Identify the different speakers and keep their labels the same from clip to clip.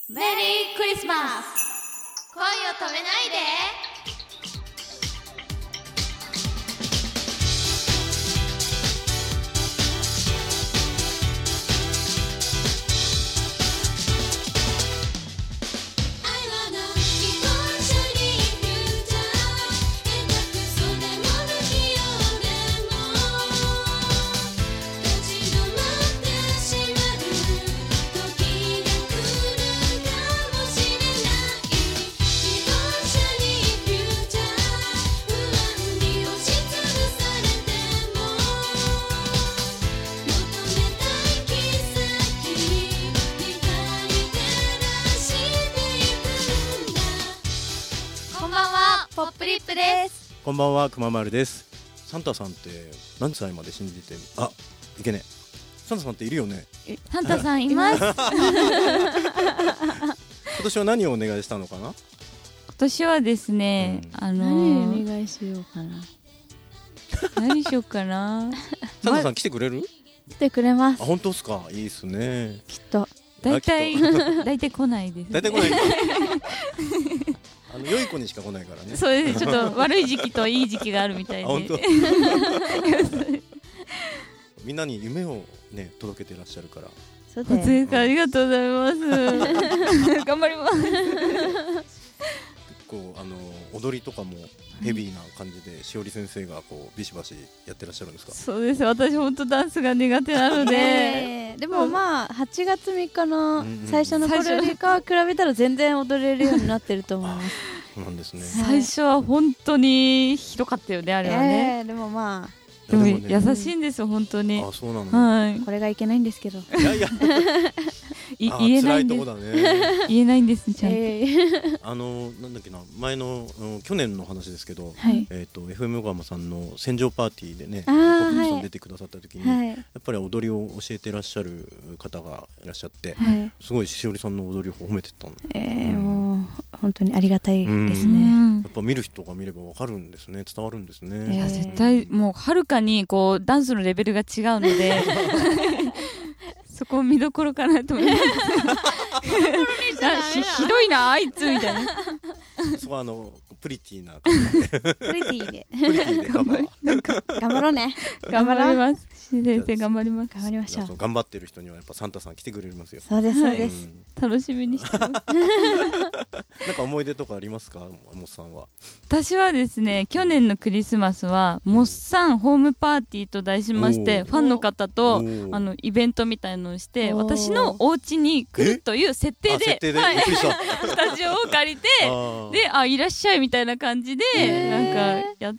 Speaker 1: メリークリスマス。恋を止めないで。ポップリップです。
Speaker 2: こんばんは、くままるです。サンタさんって何歳まで信じてる？あ、いけね。サンタさんっているよね。
Speaker 3: サンタさんいます。今
Speaker 2: 年は何をお願いしたのかな？
Speaker 3: 今年はですね、
Speaker 4: 何お願いしようかな。
Speaker 3: 何しようかな。
Speaker 2: サンタさん来てくれる？
Speaker 4: 来てくれます。
Speaker 2: あ、本当ですか？いいですね。
Speaker 4: きっと。
Speaker 3: 大体来ないです、ね。
Speaker 2: 大体来ない。良い子にしか来ないからね。
Speaker 3: そうです。ちょっと悪い時期といい時期があるみたいで。
Speaker 2: 本当。みんなに夢をね届けてらっしゃるから。
Speaker 4: そうです。
Speaker 3: ありがとうございます。頑張ります。
Speaker 2: 結構踊りとかもヘビーな感じで、しおり先生がこうビシバシやってらっしゃるんですか？
Speaker 3: そうです。私本当ダンスが苦手なので、
Speaker 4: でもまあ8月3日の最初の頃よりかは比べたら全然踊れるようになってると思います。
Speaker 2: そうなんですね。
Speaker 3: 最初は本当にひどかったよね、あれはね。
Speaker 4: でもまあ
Speaker 3: でも優しいんですよ、本当に。
Speaker 2: あ、そうなの。
Speaker 4: はい。これがいけないんですけど。
Speaker 2: いやいや。
Speaker 3: 言えないんです。言えないんです、ちゃんと。
Speaker 2: なんだっけな、前の去年の話ですけど、FM 横浜さんの戦場パーティーでね、ポップさん出てくださった時に、やっぱり踊りを教えてらっしゃる方がいらっしゃって、すごいしおりさんの踊りを褒めてたの。
Speaker 4: もう本当にありがたいですね。
Speaker 2: やっぱ見る人が見ればわかるんですね、伝わるんですね。
Speaker 3: いや絶対もうはるかにこうダンスのレベルが違うのでそこ見どころかなと思います。ひどいなあいつみたいな。
Speaker 2: そこはプリティな感じで。
Speaker 4: プリティで
Speaker 2: 頑
Speaker 4: 張ろうね。
Speaker 3: 頑張ります。先生頑張ります。
Speaker 4: 頑張りましょう。
Speaker 2: 頑張ってる人にはやっぱサンタさん来てくれますよ。
Speaker 4: そうですそうです。
Speaker 3: 楽しみにしてます。
Speaker 2: なんか思い出とかありますか、モッさんは？
Speaker 3: 私はですね、去年のクリスマスはモッサンホームパーティーと題しまして、ファンの方とイベントみたいのをして、私のお家に来るという設定で、スタジオを借りて、で、いらっしゃいみたいな感じでなんかやって、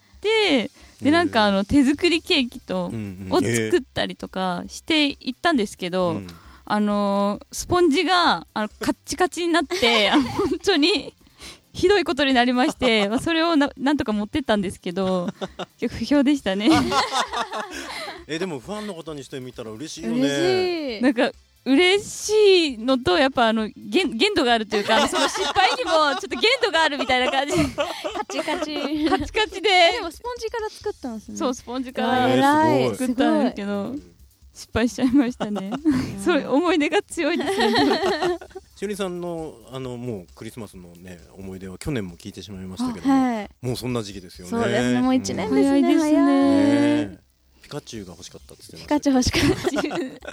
Speaker 3: でなんか手作りケーキを作ったりとかしていったんですけど、スポンジがカッチカチになって本当にひどいことになりまして、それをなんとか持ってったんですけど不評でしたね。
Speaker 2: でもファンの方にしてみたら嬉しいよね。
Speaker 3: なんか嬉しいのと、やっぱ限度があるというか、その失敗にもちょっと限度があるみたいな感じ。カチカチで。
Speaker 4: でもスポンジから作ったんですね。
Speaker 3: そう、スポンジから作ったんですけど失敗しちゃいましたね。そういう思い出が強いですね。
Speaker 2: しおりさんのもうクリスマスのね思い出は去年も聞いてしまいましたけどもうそんな時期ですよね。
Speaker 4: そうですね、もう1年ですね。
Speaker 3: 早いですね。
Speaker 2: ピカチュウが欲しかったって言ってました。
Speaker 4: ピカチュウ欲しかった。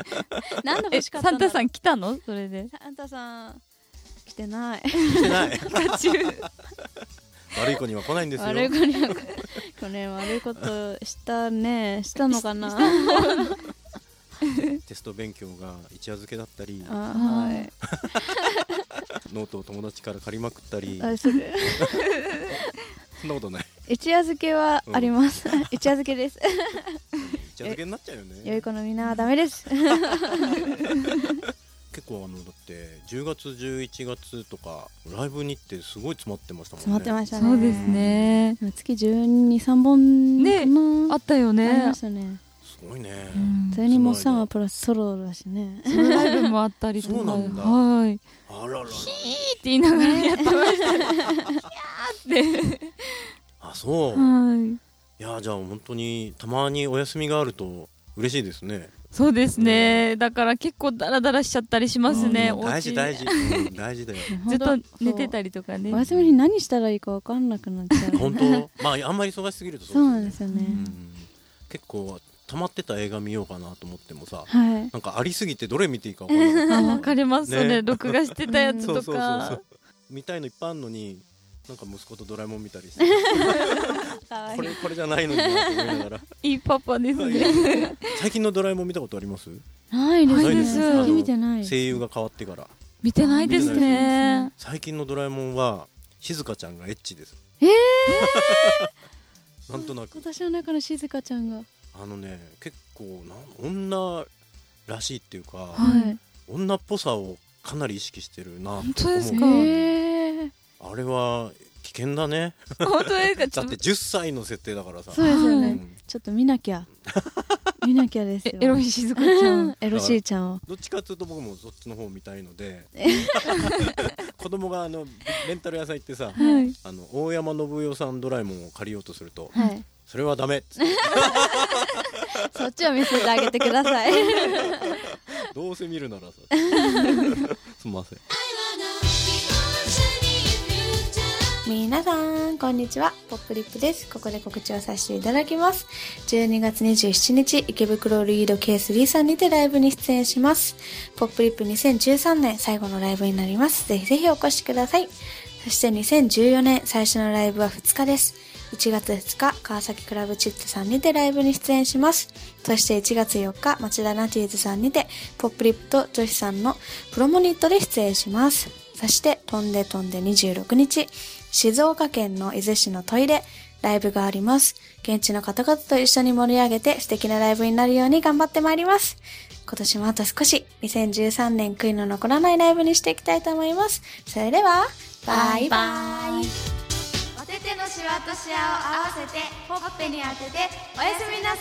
Speaker 4: なんで欲しかったの？
Speaker 3: サンタさん来たの？それで。
Speaker 4: サンタさん来てない。
Speaker 2: 来てない。
Speaker 3: ピカチュウ。
Speaker 2: 悪い子には来ないんですよ。
Speaker 4: 悪い子には去年悪いことしたのかな。
Speaker 2: テスト勉強が一夜漬けだったり、
Speaker 4: ノ
Speaker 2: ートを友達から借りまくったり。そんなことない。
Speaker 4: 一夜漬けはあります。一夜漬けです。
Speaker 2: 一夜漬けになっちゃうよね。
Speaker 4: 良い子のみんなはダメです。
Speaker 2: 結構だって10月11月とかライブ日程すごい詰まってましたもんね。
Speaker 4: 詰まってましたね。
Speaker 3: そうですね。
Speaker 4: 月12、3本
Speaker 3: ねあったよね。
Speaker 4: ありましたね。
Speaker 2: すごいね。
Speaker 4: それにモッサンはプラスソロだしね。
Speaker 3: ソロライブもあったりとか。
Speaker 2: そうなんだ。
Speaker 3: はい。
Speaker 2: あららら。
Speaker 3: ヒーって言いながらやってましたね。ヒャーって。
Speaker 2: あ、そう。
Speaker 3: はい。
Speaker 2: いやじゃあ本当にたまにお休みがあると嬉しいですね。
Speaker 3: そうですね、だから結構ダラダラしちゃったりしますね、
Speaker 2: 大事大事、大事だよ
Speaker 3: ずっと寝てたりとかね。
Speaker 4: お休みに何したらいいか分かんなくなっちゃう。
Speaker 2: 本当まああんまり忙しすぎると
Speaker 4: そうなんですよね、
Speaker 2: 結構溜まってた映画見ようかなと思ってもさ、
Speaker 4: はい、
Speaker 2: なんかありすぎてどれ見ていいか分かんない
Speaker 3: 分かります、ね、録画してたやつとか
Speaker 2: そう見たいのいっぱいあるのに、なんか息子とドラえもん見たりしてこれじゃないのになと思いながら
Speaker 3: いいパパですね
Speaker 2: 最近のドラえもん見たことあります？
Speaker 4: ないです。
Speaker 3: 最近
Speaker 4: 見てない。
Speaker 2: 声優が変わってから
Speaker 3: 見てないですね。
Speaker 2: 最近のドラえもんは静香ちゃんがエッチです。なんとなく
Speaker 4: 私の中の静香ちゃんが
Speaker 2: 結構女らしいっていうか、
Speaker 4: はい、
Speaker 2: 女っぽさをかなり意識してるな。
Speaker 3: 本当ですか？
Speaker 2: あれは危険だね。
Speaker 3: 本当ですか？
Speaker 2: だって10歳の設定だからさ。
Speaker 4: そうですよね、ちょっと見なきゃですよ。
Speaker 3: エロい静香ちゃん
Speaker 4: エロしーちゃんを
Speaker 2: どっちかというと僕もそっちの方見たいので子供がレンタル屋さん行ってさ、大山信代さんドラえもんを借りようとすると、それはダメっつって
Speaker 4: そっちを見せてあげてください
Speaker 2: どうせ見るならさすみません。
Speaker 5: 皆さんこんにちは、ポップリップです。ここで告知をさせていただきます。12月27日池袋リード K3 さんにてライブに出演します。ポップリップ2013年最後のライブになります。ぜひぜひお越しください。そして2014年最初のライブは2日です。1月2日川崎クラブチッツさんにてライブに出演します。そして1月4日町田ナティーズさんにてポップリップと女子さんのプロモニットで出演します。そして飛んで26日静岡県の伊豆市のトイレライブがあります。現地の方々と一緒に盛り上げて素敵なライブになるように頑張ってまいります。今年もあと少し2013年悔いの残らないライブにしていきたいと思います。それではバイバイ。
Speaker 1: お手手のシワとシワを合わせてほっぺに当てておやすみなさい。